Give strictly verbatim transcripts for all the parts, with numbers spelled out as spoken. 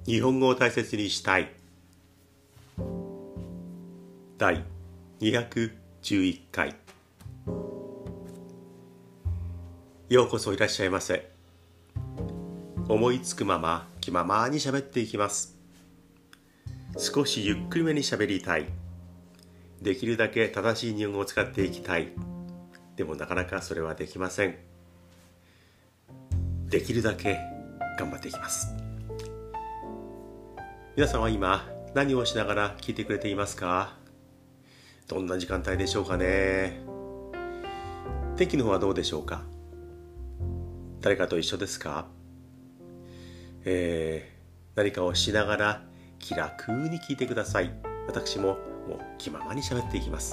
日本語を大切にしたいだいにひゃくじゅういっかい。ようこそいらっしゃいませ。思いつくまま気ままに喋っていきます。少しゆっくりめに喋りたい。できるだけ正しい日本語を使っていきたい。でもなかなかそれはできません。できるだけ頑張っていきます。皆さんは今何をしながら聞いてくれていますか？どんな時間帯でしょうかね。天気の方はどうでしょうか？誰かと一緒ですか？えー、何かをしながら気楽に聞いてください。私ももう気ままに喋っていきます。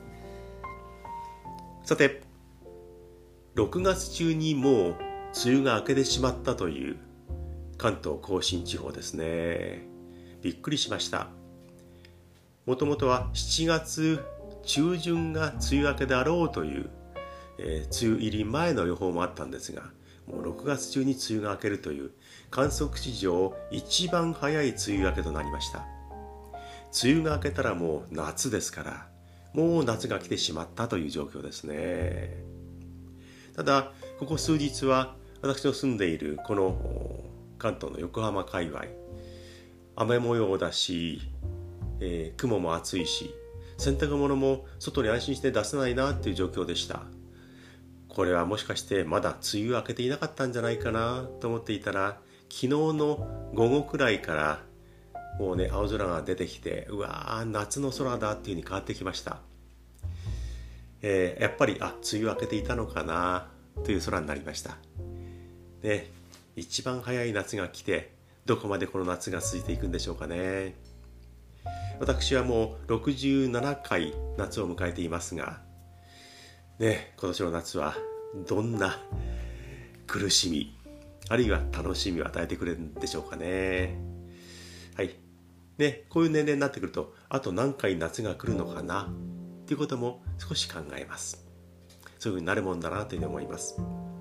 さて、ろくがつ中にもう梅雨が明けてしまったという関東甲信地方ですね。びっくりしました。もともとはしちがつちゅうじゅんが梅雨明けであろうという、えー、梅雨入り前の予報もあったんですが、もうろくがつ中に梅雨が明けるという観測史上一番早い梅雨明けとなりました。梅雨が明けたらもう夏ですから、もう夏が来てしまったという状況ですね。ただここ数日は私の住んでいるこの関東の横浜界隈、雨模様だし、えー、雲も暑いし、洗濯物も外に安心して出せないなっていう状況でした。これはもしかしてまだ梅雨明けていなかったんじゃないかなと思っていたら、昨日の午後くらいからもうね、青空が出てきて、うわー夏の空だっていう風に変わってきました。えー、やっぱりあ梅雨明けていたのかなという空になりました。ね、一番早い夏が来て、どこまでこの夏が続いていくんでしょうかね。私はもうろくじゅうななかい夏を迎えていますが、ね、今年の夏はどんな苦しみ、あるいは楽しみを与えてくれるんでしょうかね。はい。ね、こういう年齢になってくると、あと何回夏が来るのかなっていうことも少し考えます。そういうふうになるもんだなというふうに思います。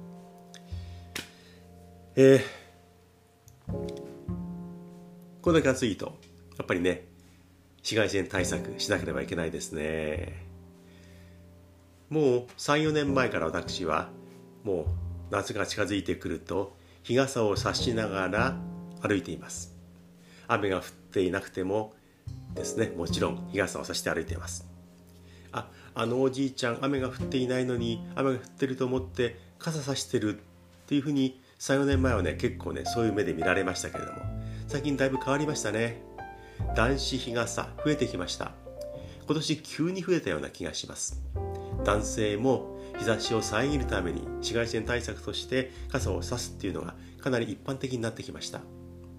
えー、これだけ暑いと、やっぱりね、紫外線対策しなければいけないですね。もうさん、よねんまえから私はもう夏が近づいてくると日傘を差しながら歩いています。雨が降っていなくてもですね、もちろん日傘を差して歩いています。あ、あのおじいちゃん雨が降っていないのに雨が降ってると思って傘差してるっていうふうにさん、よねんまえはね、結構ねそういう目で見られましたけれども、最近だいぶ変わりましたね。男子日傘増えてきました。今年急に増えたような気がします。男性も日差しを遮るために紫外線対策として傘を差すっていうのがかなり一般的になってきました。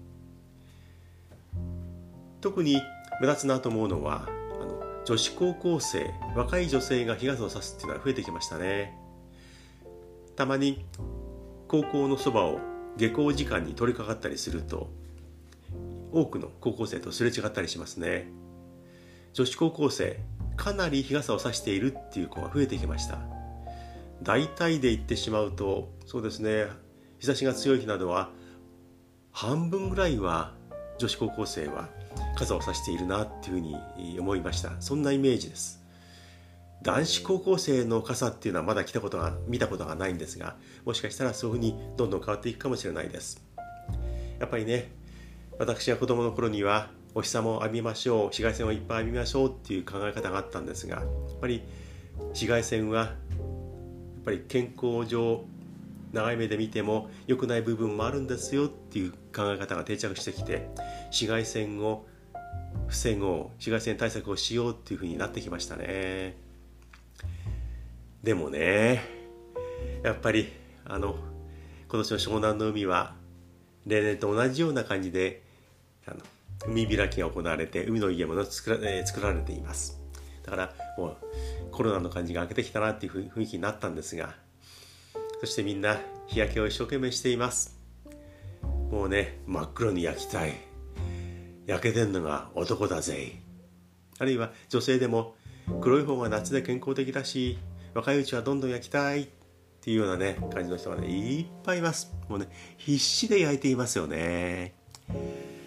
特に目立つなと思うのは、あの女子高校生、若い女性が日傘を差すっていうのは増えてきましたね。たまに高校のそばを下校時間に取り掛かったりすると、多くの高校生とすれ違ったりしますね。女子高校生、かなり日傘を差しているっていう子が増えてきました。大体で言ってしまうと、そうですね、日差しが強い日などは半分ぐらいは女子高校生は傘を差しているなっていうふうに思いました。そんなイメージです。男子高校生の傘っていうのはまだ来たことが見たことがないんですが、もしかしたらそういうふうにどんどん変わっていくかもしれないです。やっぱりね、私が子供の頃にはお日様を浴びましょう、紫外線をいっぱい浴びましょうっていう考え方があったんですが、やっぱり紫外線はやっぱり健康上長い目で見ても良くない部分もあるんですよっていう考え方が定着してきて、紫外線を防ごう、紫外線対策をしようっていう風になってきましたね。でもね、やっぱりあの今年の湘南の海は例年と同じような感じであの海開きが行われて、海の家も作ら、えー、作られています。だからもうコロナの感じが明けてきたなっていう雰囲気になったんですが、そしてみんな日焼けを一生懸命しています。もうね、真っ黒に焼きたい、焼けてんのが男だぜ、あるいは女性でも黒い方が夏で健康的だし、若いうちはどんどん焼きたいっていうようなね感じの人がねいっぱいいます。もうね必死で焼いていますよね。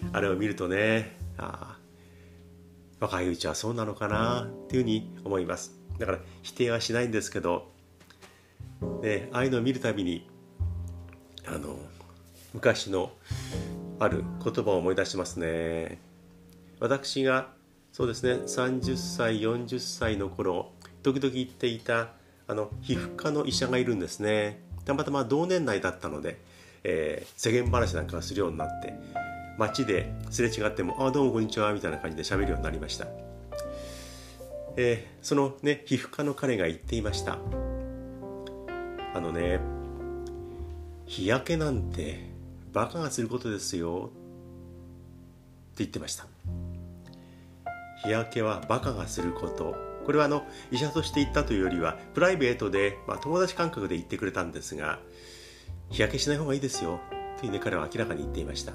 あれを見るとね、あ若いうちはそうなのかなっていうふうに思います。だから否定はしないんですけど、ね、ああいうのを見るたびにあの昔のある言葉を思い出しますね。私がそうですねさんじゅっさいよんじゅっさいの頃時々行っていたあの皮膚科の医者がいるんですね。たまたま同年代だったので、えー、世間話なんかをするようになって、街ですれ違っても「あどうもこんにちは」みたいな感じで喋るようになりました。えー、そのね皮膚科の彼が言っていました。あのね日焼けなんてバカがすることですよって言ってました。日焼けはバカがすること、これはあの医者として言ったというよりはプライベートで、まあ、友達感覚で言ってくれたんですが、日焼けしない方がいいですよというね彼は明らかに言っていました。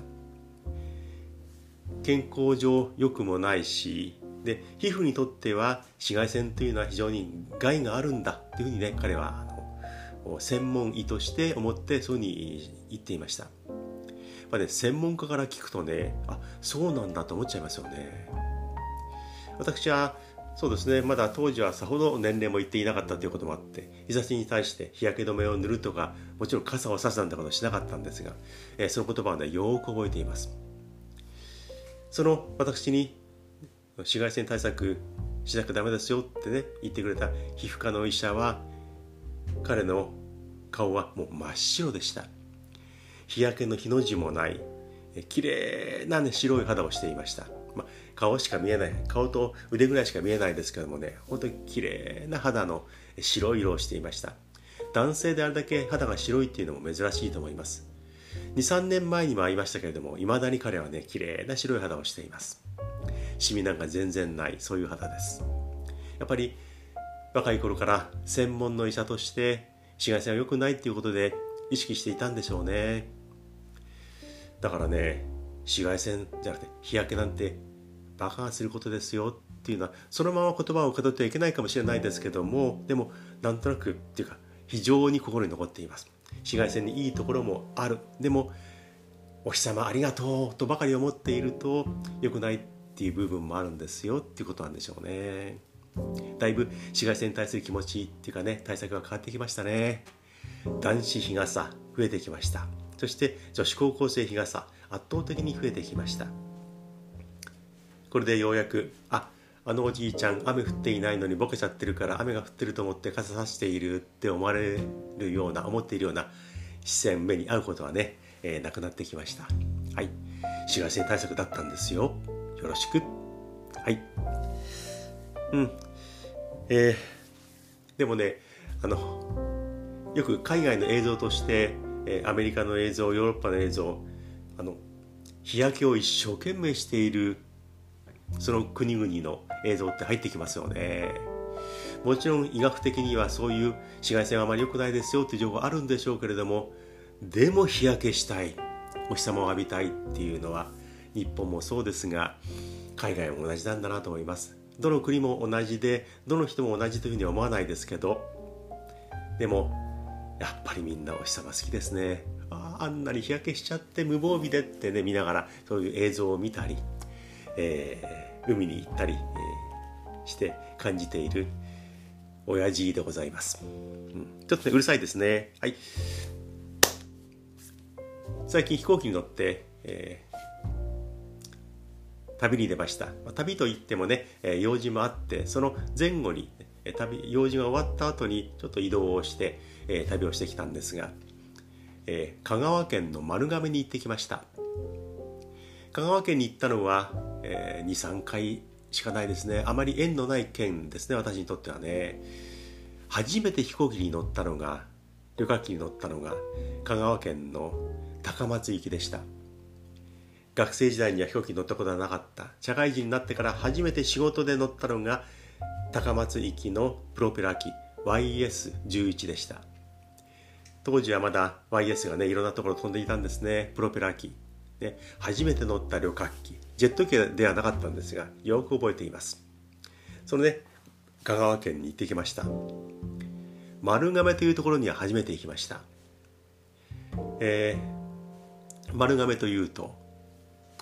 健康上良くもないし、で皮膚にとっては紫外線というのは非常に害があるんだというふうにね彼はあの専門医として思ってそういうふうに言っていました。まあね、専門家から聞くとね、あそうなんだと思っちゃいますよね。私はそうですねまだ当時はさほど年齢もいっていなかったということもあって日差しに対して日焼け止めを塗るとかもちろん傘を差すなんてことはしなかったんですが、えー、その言葉をねよく覚えています。その私に紫外線対策しなきゃダメですよってね言ってくれた皮膚科の医者は彼の顔はもう真っ白でした。日焼けの日の字もない綺麗な、ね、白い肌をしていました。まあ、顔しか見えない顔と腕ぐらいしか見えないですけどもね本当に綺麗な肌の白い色をしていました。男性であれだけ肌が白いっていうのも珍しいと思います。にさんねんまえにも会いましたけれども未だに彼はね綺麗な白い肌をしています。シミなんか全然ないそういう肌です。やっぱり若い頃から専門の医者として紫外線は良くないっていうことで意識していたんでしょうね。だからね紫外線じゃなくて日焼けなんてバカがすることですよっていうのはそのまま言葉を受け取ってはいけないかもしれないですけども、でもなんとなくっていうか非常に心に残っています。紫外線にいいところもある、でもお日様ありがとうとばかり思っていると良くないっていう部分もあるんですよっていうことなんでしょうね。だいぶ紫外線に対する気持ちっていうかね対策が変わってきましたね。男子日傘増えてきました。そして女子高校生日傘圧倒的に増えてきました。これでようやくああのおじいちゃん雨降っていないのにボケちゃってるから雨が降ってると思って傘さしているって思われるような思っているような視線目に遭うことはね、えー、なくなってきました。はい、紫外線対策だったんですよ。よろしく。はいうんえー、でもねあのよく海外の映像としてアメリカの映像ヨーロッパの映像あの日焼けを一生懸命しているその国々の映像って入ってきますよね。もちろん医学的にはそういう紫外線はあまり良くないですよっていう情報あるんでしょうけれども、でも日焼けしたいお日様を浴びたいっていうのは日本もそうですが海外も同じなんだなと思います。どの国も同じでどの人も同じというふうには思わないですけど、でもやっぱりみんなお日様好きですね。 あ, あんなに日焼けしちゃって無防備でってね見ながらそういう映像を見たり、えー、海に行ったり、えー、して感じている親父でございます、うん、ちょっとねうるさいですね。はい、最近飛行機に乗って、えー、旅に出ました。旅といってもね用事もあってその前後に旅用事が終わった後にちょっと移動をしてえー、旅をしてきたんですが、えー、香川県の丸亀に行ってきました。香川県に行ったのは、えー、にさんかいしかないですね。あまり縁のない県ですね私にとってはね。初めて飛行機に乗ったのが旅客機に乗ったのが香川県の高松行きでした。学生時代には飛行機に乗ったことはなかった。社会人になってから初めて仕事で乗ったのが高松行きのプロペラ機 ワイエスじゅういち でした。当時はまだ ワイエス がねいろんなところ飛んでいたんですね。プロペラ機、ね、初めて乗った旅客機ジェット機ではなかったんですがよく覚えています。そのね香川県に行ってきました。丸亀というところには初めて行きました。えー、丸亀というと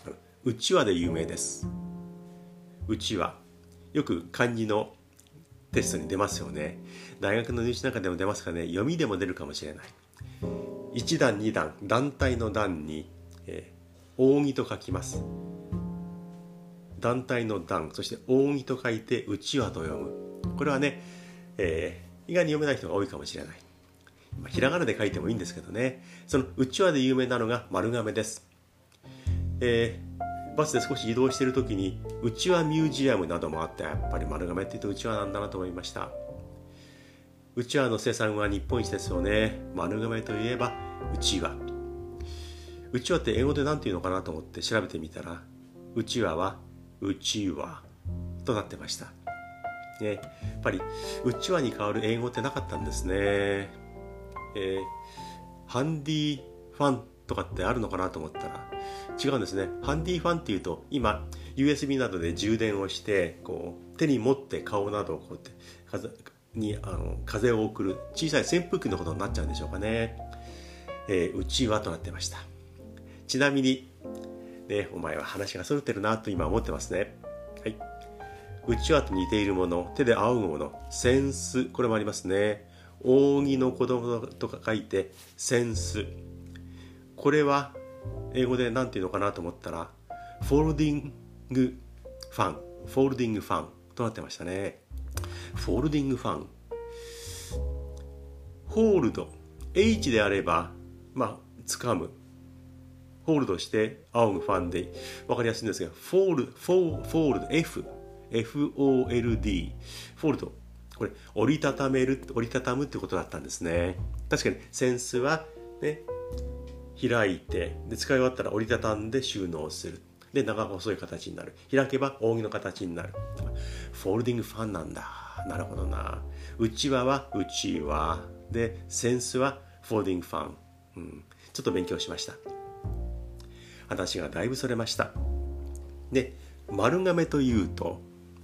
うちわで有名です。うちわ、よく漢字のテストに出ますよね。大学の入試なんかでも出ますかね。読みでも出るかもしれない。一段二段、団体の段に、えー、扇と書きます。団体の段、そして扇と書いてうちわと読む。これはね、えー、意外に読めない人が多いかもしれない。まあ、ひらがなで書いてもいいんですけどね。そのうちわで有名なのが丸亀です。えー、バスで少し移動している時にうちわミュージアムなどもあって、やっぱり丸亀って言うとうちわなんだなと思いました。うちわの生産は日本一ですよね。丸亀といえばうちわ。うちわって英語で何て言うのかなと思って調べてみたら、うちわはうちわとなってました、ね、やっぱりうちわに代わる英語ってなかったんですね。えー、ハンディファンとかってあるのかなと思ったら違うんですね。ハンディファンっていうと、今 ユーエスビー などで充電をしてこう手に持って顔などをこうやって風にあの風を送る小さい扇風機のことになっちゃうんでしょうかね。えー、うちわとなってました。ちなみにね、お前は話がそれてるなと今思ってますね。はい。うちわと似ているもの、手で仰ぐもの、扇子、これもありますね。扇の子供とか書いて扇子。これは英語で何て言うのかなと思ったら、フォールディングファン、フォールディングファンとなってましたね。フォールディングファン。ホールド、H であれば、まあ、掴む。ホールドして仰ぐファンで分かりやすいんですが、フォール、フォー、フォールド、F、エフオーエルディー、フォールド。これ、折りたためる、折りたたむってことだったんですね。確かに、扇子はね、開いて、で使い終わったら折りたたんで収納する。で、長細い形になる。開けば扇の形になる。フォールディングファンなんだ。なるほどな。うちわはうちわ。で、扇子はフォールディングファン。うん、ちょっと勉強しました。話がだいぶそれました。で、丸亀というと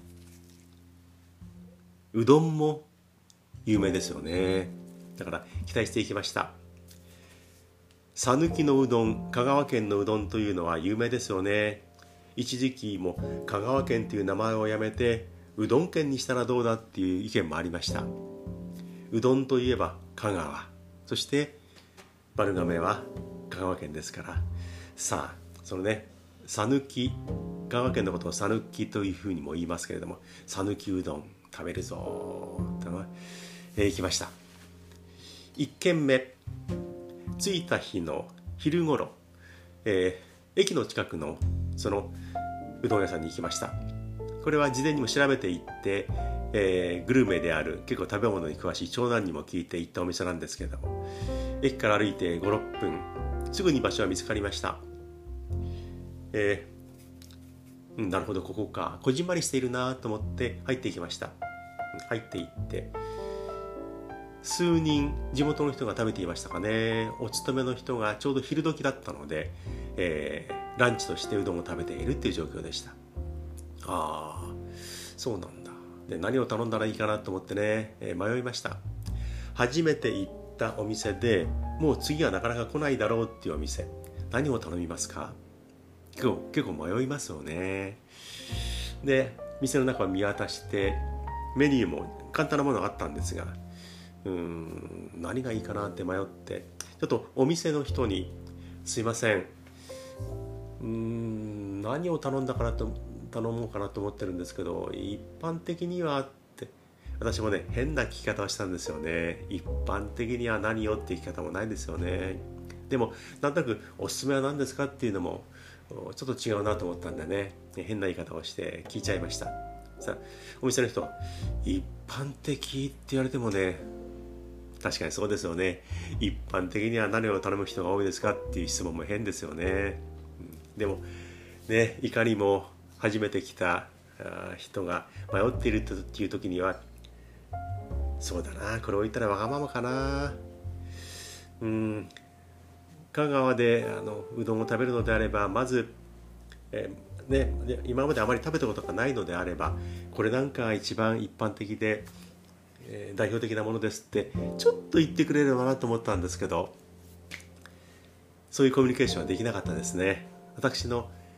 うどんも有名ですよね。だから期待していきました。讃岐のうどん、香川県のうどんというのは有名ですよね。一時期も香川県という名前をやめてうどん県にしたらどうだっていう意見もありました。うどんといえば香川、そして丸亀は香川県ですから、さあそのね、讃岐、香川県のことを讃岐というふうにも言いますけれども、讃岐うどん食べるぞと、えー、行きました。いっ軒目、着いた日の昼ごろ、えー、駅の近くのそのうどん屋さんに行きました。これは事前にも調べていって、えー、グルメである結構食べ物に詳しい長男にも聞いて行ったお店なんですけれども、駅から歩いてご、ろっぷん、すぐに場所は見つかりました。えー、うん、なるほど、ここか、こじんまりしているなと思って入っていきました。入っていって数人地元の人が食べていましたかね。お勤めの人がちょうど昼時だったので、えー、ランチとしてうどんを食べているっていう状況でした。ああ、そうなんだ。で、何を頼んだらいいかなと思ってね、えー、迷いました。初めて行ったお店でもう次はなかなか来ないだろうっていうお店、何を頼みますか？結構、結構迷いますよね。で、店の中を見渡してメニューも簡単なものがあったんですが、うーん何がいいかなって迷って、ちょっとお店の人にすいません、うーん何を頼んだかなと頼もうかなと思ってるんですけど、一般的にはって、私もね変な聞き方をしたんですよね。一般的には何よって聞き方もないんですよね。でもなんとなくおすすめは何ですかっていうのもちょっと違うなと思ったんでね、変な言い方をして聞いちゃいました。さあお店の人は一般的って言われてもね、確かにそうですよね。一般的には何を頼む人が多いですかっていう質問も変ですよね。でもね、いかにも初めて来た人が迷っているっていう時には、そうだな、これ置いたらわがままかな、うん、香川であのうどんを食べるのであれば、まず、えーね、今まであまり食べたことがないのであれば、これなんか一番一般的で、えー、代表的なものですってちょっと言ってくれればなと思ったんですけど、そういうコミュニケーションはできなかったですね。私の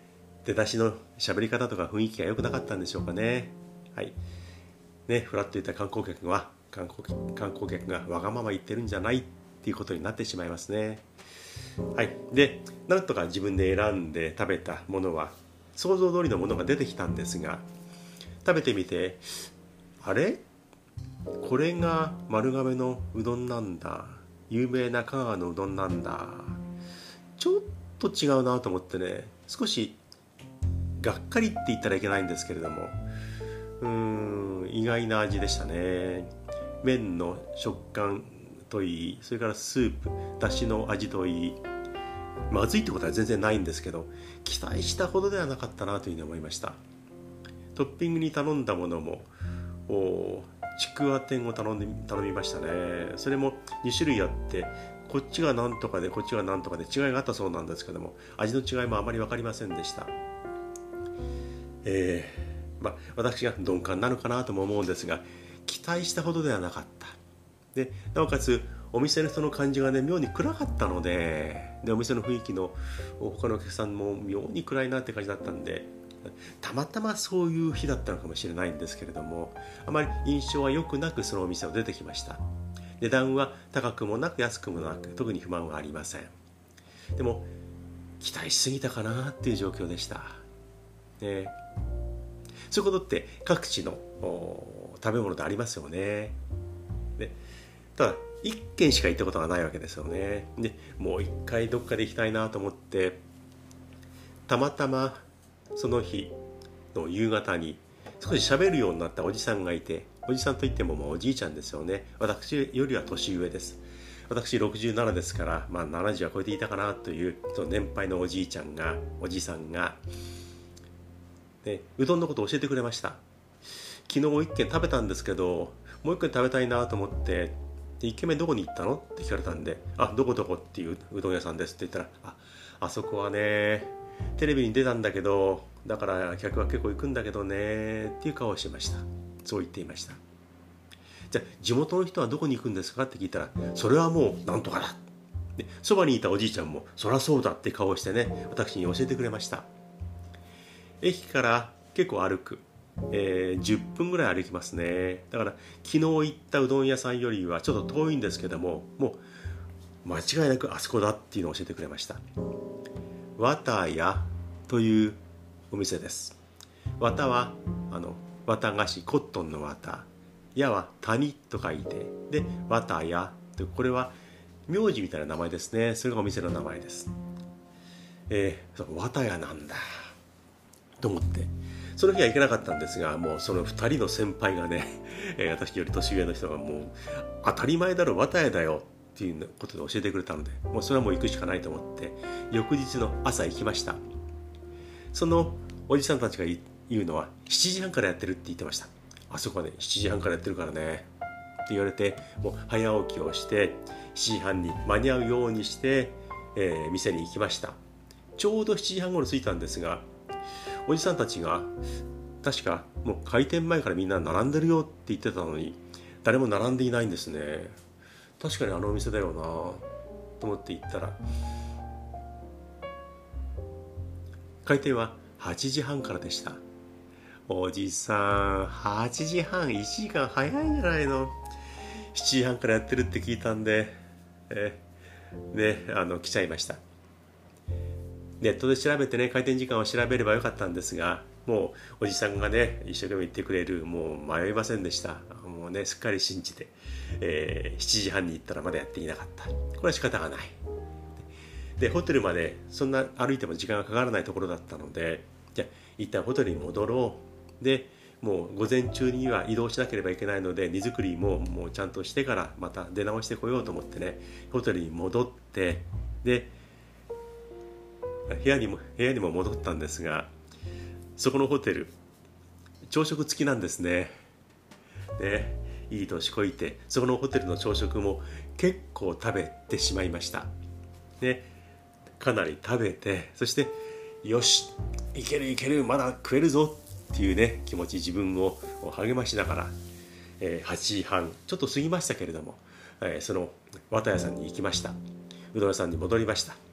出だしの喋り方とか雰囲気が良くなかったんでしょうかね。はいね、フラッといった観光客は観光観光客がわがまま言ってるんじゃないっていうことになってしまいますね。はい、でなんとか自分で選んで食べたものは想像通りのものが出てきたんですが、食べてみて、あれこれが丸亀のうどんなんだ、有名な香川のうどんなんだ、ちょっと違うなと思ってね、少しがっかりって言ったらいけないんですけれども、うーん意外な味でしたね。麺の食感といい、それからスープだしの味といい、まずいってことは全然ないんですけど、期待したほどではなかったなというふうに思いました。トッピングに頼んだものもちくわ天を頼んで頼みましたね。それもに種類あって、こっちがなんとかでこっちがなんとかで違いがあったそうなんですけども、味の違いもあまり分かりませんでした。えーまあ、私が鈍感なのかなとも思うんですが、期待したほどではなかった。でなおかつお店の人の感じがね妙に暗かったので、でお店の雰囲気の他のお客さんも妙に暗いなって感じだったんで、たまたまそういう日だったのかもしれないんですけれども、あまり印象は良くなくそのお店を出てきました。値段は高くもなく安くもなく、特に不満はありません。でも期待しすぎたかなっていう状況でした、ね、そういうことって各地の食べ物でありますよね。でただ一軒しか行ったことがないわけですよね。でもう一回どっかで行きたいなと思って、たまたまその日の夕方に少し喋るようになったおじさんがいて、おじさんといってももうおじいちゃんですよね。私よりは年上です。私ろくじゅうななですから、まあ、ななじゅうは超えていたかなというその年配のおじいちゃんがおじさんが、ね、うどんのことを教えてくれました。昨日一軒食べたんですけど、もう一軒食べたいなと思って、でいっけんめどこに行ったのって聞かれたんで、あ、どこどこっていううどん屋さんですって言ったら、あ、あそこはねテレビに出たんだけど、だから客は結構行くんだけどねっていう顔をしました。そう言っていました。じゃあ地元の人はどこに行くんですかって聞いたら、それはもうなんとかだ。でそばにいたおじいちゃんもそりゃそうだって顔をしてね、私に教えてくれました。駅から結構歩く、えー、じゅっぷんぐらい歩きますね。だから昨日行ったうどん屋さんよりはちょっと遠いんですけども、もう間違いなくあそこだっていうのを教えてくれました。綿屋というお店です。綿はあの綿菓子、コットンの綿、屋は谷と書いて、で綿屋と、これは名字みたいな名前ですね。それがお店の名前です。えー、綿屋なんだと思って、その日は行けなかったんですが、もうそのふたりの先輩がね、えー、私より年上の人がもう当たり前だろ綿屋だよっていうことで教えてくれたので、もうそれはもう行くしかないと思って翌日の朝行きました。そのおじさんたちが言うのはしちじはんからやってるって言ってました。あそこはねしちじはんからやってるからねって言われて、もう早起きをしてしちじはんに間に合うようにして、えー、店に行きました。ちょうどしちじはん頃着いたんですが、おじさんたちが確かもう開店前からみんな並んでるよって言ってたのに、誰も並んでいないんですね。確かにあのお店だよなと思って行ったら、開店ははちじはんからでした。おじさんはちじはん、いちじかん早いんじゃないの。しちじはんからやってるって聞いたんで、えね、あの来ちゃいました。ネットで調べてね、開店時間を調べればよかったんですが、もうおじさんがね一生懸命言ってくれる、もう迷いませんでした。もうねすっかり信じて、えー、しちじはんに行ったらまだやっていなかった。これは仕方がない。でホテルまでそんな歩いても時間がかからないところだったので、じゃあ一旦ホテルに戻ろう。でもう午前中には移動しなければいけないので、荷造りももうちゃんとしてからまた出直してこようと思ってね、ホテルに戻って、で部屋にも部屋にも戻ったんですが、そこのホテル朝食付きなんですね。でいい年こいてそこのホテルの朝食も結構食べてしまいました。でかなり食べて、そしてよしいけるいけるまだ食えるぞっていうね気持ち、自分を励ましながら、えー、はちじはんちょっと過ぎましたけれども、えー、その綿屋さんに行きました。うどん屋さんに戻りました。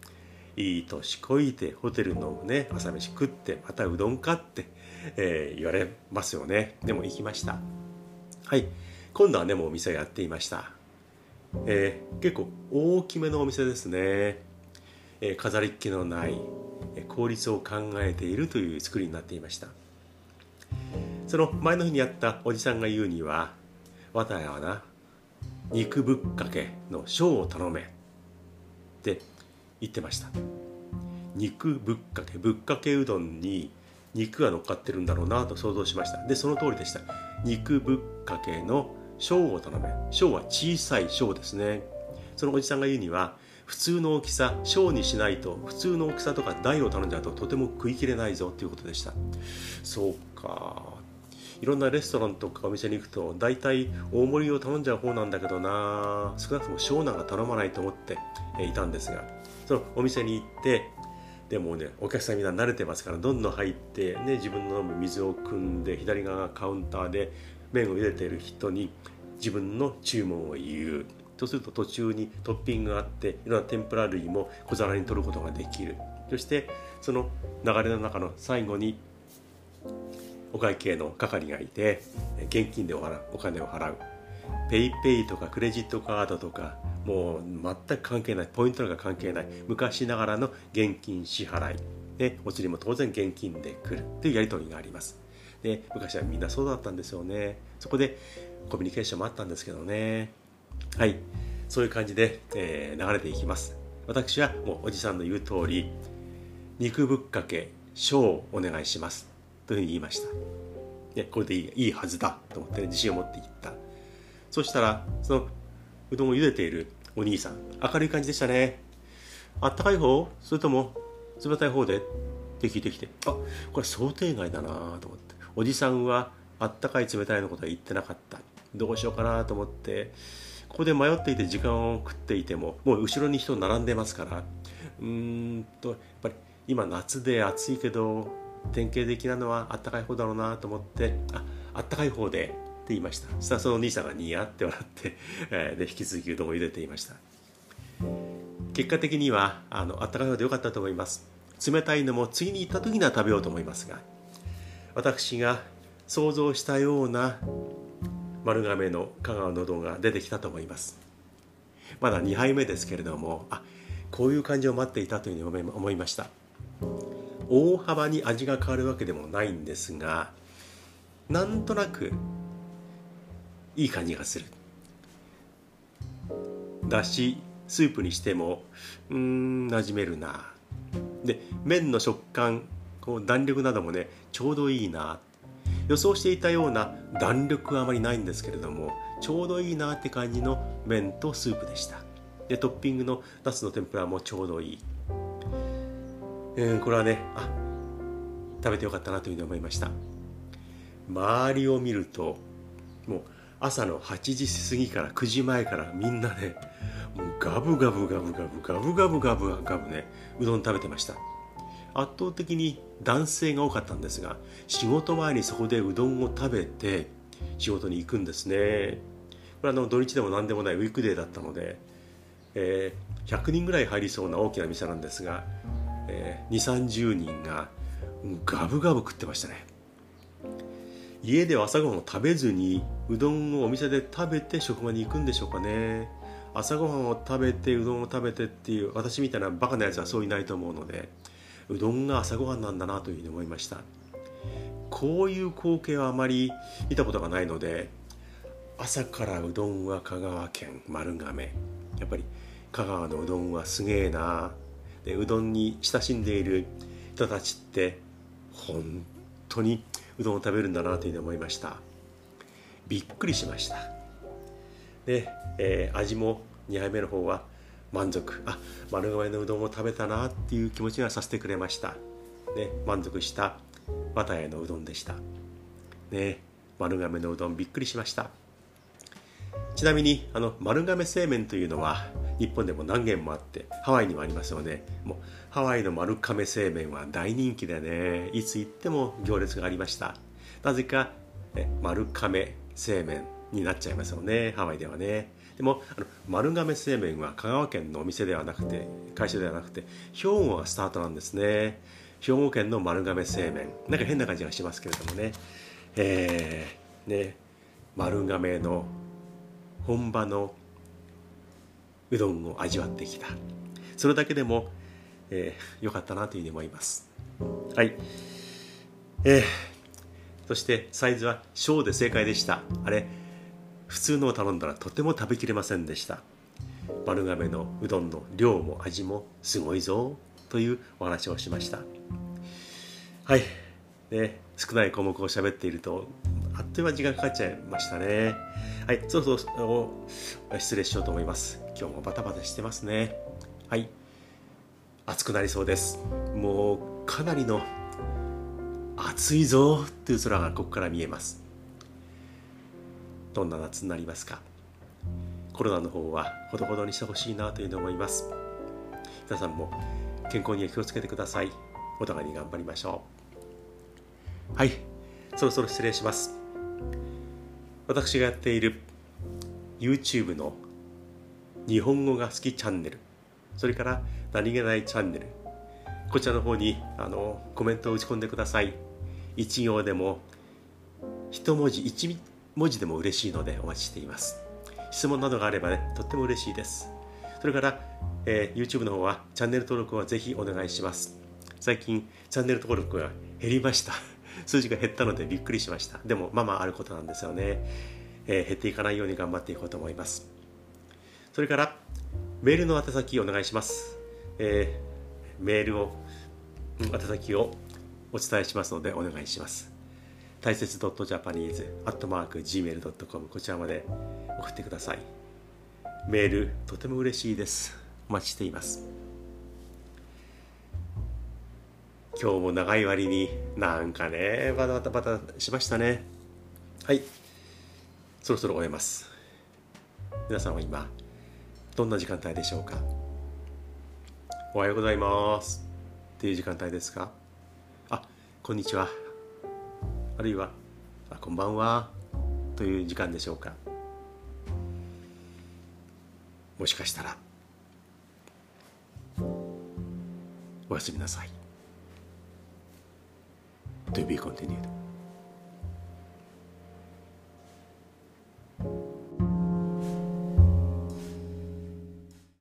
いい年こいてホテルのね朝飯食ってまたうどんかって、えー、言われますよね。でも行きました。はい、今度はねもうお店をやっていました。えー、結構大きめのお店ですね。えー、飾りっ気のない効率を考えているという作りになっていました。その前の日にやったおじさんが言うには、わたやはな肉ぶっかけの小を頼めって言ってました。肉ぶっかけ、ぶっかけうどんに肉が乗っかってるんだろうなと想像しました。でその通りでした。肉ぶっかけの小を頼め。小は小さい小ですね。そのおじさんが言うには、普通の大きさ小にしないと、普通の大きさとか大を頼んじゃうととても食い切れないぞということでした。そうか、いろんなレストランとかお店に行くと大体大盛りを頼んじゃう方なんだけどな、少なくとも小なんか頼まないと思っていたんですが、そのお店に行って、でもねお客さんみんな慣れてますから、どんどん入って、ね、自分の飲む水を汲んで、左側がカウンターで麺を茹でている人に自分の注文を言う。そうすると途中にトッピングがあって、いろんな天ぷら類も小皿に取ることができる。そしてその流れの中の最後にお会計の係がいて、現金でお払う、お金を払う。ペイペイとかクレジットカードとかもう全く関係ない、ポイントなんか関係ない、昔ながらの現金支払いで、お釣りも当然現金で来るというやり取りがあります。で昔はみんなそうだったんですよね。そこでコミュニケーションもあったんですけどね。はい、そういう感じで、えー、流れていきます。私はもうおじさんの言う通り、肉ぶっかけ小をお願いしますというふうに言いました。ね、これでいい、いいはずだと思って、ね、自信を持って言った。そしたらそのうどんを茹でているお兄さん、明るい感じでしたね。あったかい方それとも冷たい方でって聞いてきて、あ、これ想定外だなと思って、おじさんはあったかい冷たいのことは言ってなかった。どうしようかなと思って、ここで迷っていて時間を食っていても、もう後ろに人並んでますから、うーんとやっぱり今夏で暑いけど典型的なのはあったかい方だろうなと思って、あ、あったかい方でって言いました。そしたらそのお兄さんがニヤって笑って、えー、で引き続きうどんを茹でていました。結果的にはあのあったかい方でよかったと思います。冷たいのも次に行った時には食べようと思いますが、私が想像したような丸亀の香川のうどんが出てきたと思います。まだにはいめですけれども、あ、こういう感じを待っていたというふうに思いました。大幅に味が変わるわけでもないんですが、なんとなくいい感じがする。だしスープにしてもうーん馴染めるな。で麺の食感、こう弾力などもねちょうどいいな。予想していたような弾力はあまりないんですけれども、ちょうどいいなって感じの麺とスープでした。でトッピングのナスの天ぷらもちょうどいい。えー、これはね、あ、食べてよかったなというふうに思いました。周りを見るともう朝のはちじ過ぎからくじまえからみんなね、もうガブガブガブガブガブガブガブガブねうどん食べてました。圧倒的に男性が多かったんですが、仕事前にそこでうどんを食べて仕事に行くんですね。これはあの土日でも何でもないウィークデーだったので、えー、ひゃくにんぐらい入りそうな大きな店なんですが、えー、にじゅう、さんじゅうにんがガブガブ食ってましたね。家では朝ごはんを食べずにうどんをお店で食べて職場に行くんでしょうかね。朝ごはんを食べてうどんを食べてっていう、私みたいなバカなやつはそういないと思うので、うどんが朝ごはんなんだなというふうに思いました。こういう光景はあまり見たことがないので、朝からうどんは香川県丸亀、やっぱり香川のうどんはすげえな。でうどんに親しんでいる人たちって本当にうどんを食べるんだなというふうに思いました。びっくりしました。で、えー、味もにはいめの方は満足、あ、丸亀のうどんを食べたなっていう気持ちがさせてくれました、ね、満足した綿屋のうどんでした、ね、丸亀のうどんびっくりしました。ちなみにあの丸亀製麺というのは日本でも何軒もあって、ハワイにもありますよね。もうハワイの丸亀製麺は大人気でね、いつ行っても行列がありました。なぜかえ丸亀製麺になっちゃいますよね、ハワイではね。 でもあの丸亀製麺は香川県のお店ではなくて会社ではなくて兵庫がスタートなんですね。兵庫県の丸亀製麺、なんか変な感じがしますけれどもね、えー、ね丸亀の本場のうどんを味わってきた。それだけでも良、えー、かったなというふうに思います。はい、えー、そしてサイズは小で正解でした。あれ普通のを頼んだらとても食べきれませんでした。丸亀のうどんの量も味もすごいぞというお話をしました。はい、ね、少ない項目を喋っているとあっという間に時間かかっちゃいましたね。はい、そろそろ失礼しようと思います。今日もバタバタしてますね。はい、暑くなりそうです。もうかなりの暑いぞという空がここから見えます。どんな夏になりますか。コロナの方はほどほどにしてほしいなというふうに思います。皆さんも健康には気をつけてください。お互いに頑張りましょう。はい、そろそろ失礼します。私がやっている YouTube の日本語が好きチャンネル、それから何気ないチャンネル、こちらの方にあのコメントを打ち込んでください。一行でも一文字一文字でも嬉しいのでお待ちしています。質問などがあればね、とっても嬉しいです。それから、えー、YouTube の方はチャンネル登録をぜひお願いします。最近チャンネル登録が減りました。数字が減ったのでびっくりしました。でもまあまああることなんですよね。えー、減っていかないように頑張っていこうと思います。それからメールの宛先お願いします。えー、メールを宛先をお伝えしますのでお願いします。大切 ジャパニーズ アットマーク ジーメール ドットコム こちらまで送ってください。メールとても嬉しいです。お待ちしています。今日も長い割になんかねバタバタバタしましたね。はい、そろそろ終えます。皆さんは今どんな時間帯でしょうか。おはようございますっていう時間帯ですか。あ、こんにちは、あるいはあこんばんはという時間でしょうか。もしかしたらおやすみなさい。To be continued.